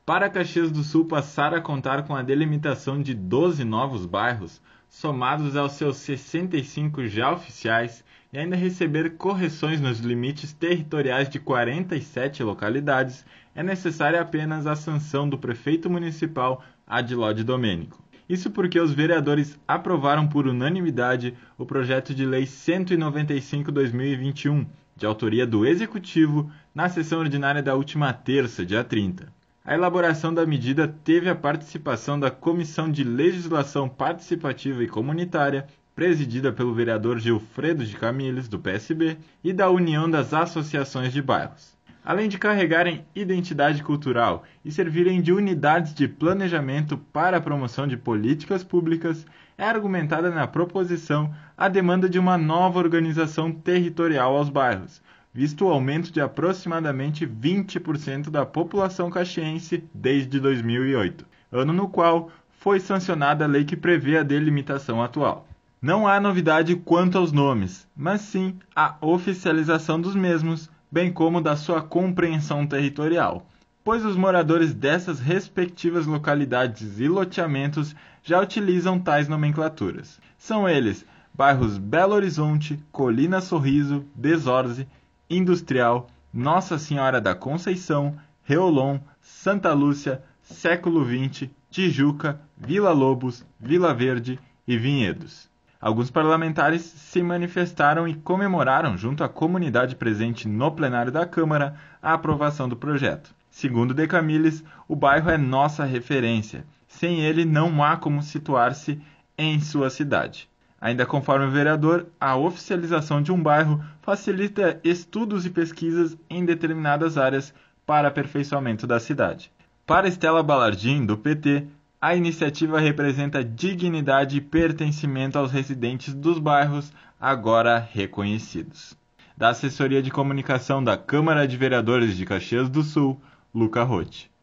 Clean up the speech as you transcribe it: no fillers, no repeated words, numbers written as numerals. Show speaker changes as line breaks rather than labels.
Para Caxias do Sul passar a contar com a delimitação de 12 novos bairros, somados aos seus 65 já oficiais, e ainda receber correções nos limites territoriais de 47 localidades, é necessária apenas a sanção do prefeito municipal Adilode Domênico. Isso porque os vereadores aprovaram por unanimidade o projeto de lei 195/2021, de autoria do Executivo, na sessão ordinária da última terça, dia 30. A elaboração da medida teve a participação da Comissão de Legislação Participativa e Comunitária, presidida pelo vereador Gilfredo de Camilles, do PSB, e da União das Associações de Bairros. Além de carregarem identidade cultural e servirem de unidades de planejamento para a promoção de políticas públicas, é argumentada na proposição a demanda de uma nova organização territorial aos bairros, visto o aumento de aproximadamente 20% da população caxiense desde 2008, ano no qual foi sancionada a lei que prevê a delimitação atual. Não há novidade quanto aos nomes, mas sim a oficialização dos mesmos, bem como da sua compreensão territorial, pois os moradores dessas respectivas localidades e loteamentos já utilizam tais nomenclaturas. São eles bairros Belo Horizonte, Colina Sorriso, Desorze, Industrial, Nossa Senhora da Conceição, Reolon, Santa Lúcia, Século XX, Tijuca, Vila Lobos, Vila Verde e Vinhedos. Alguns parlamentares se manifestaram e comemoraram, junto à comunidade presente no plenário da Câmara, a aprovação do projeto. Segundo De Camilles, o bairro é nossa referência. Sem ele, não há como situar-se em sua cidade. Ainda conforme o vereador, a oficialização de um bairro facilita estudos e pesquisas em determinadas áreas para aperfeiçoamento da cidade. Para Estela Balardim, do PT, a iniciativa representa dignidade e pertencimento aos residentes dos bairros agora reconhecidos. Da Assessoria de Comunicação da Câmara de Vereadores de Caxias do Sul, Luca Rotti.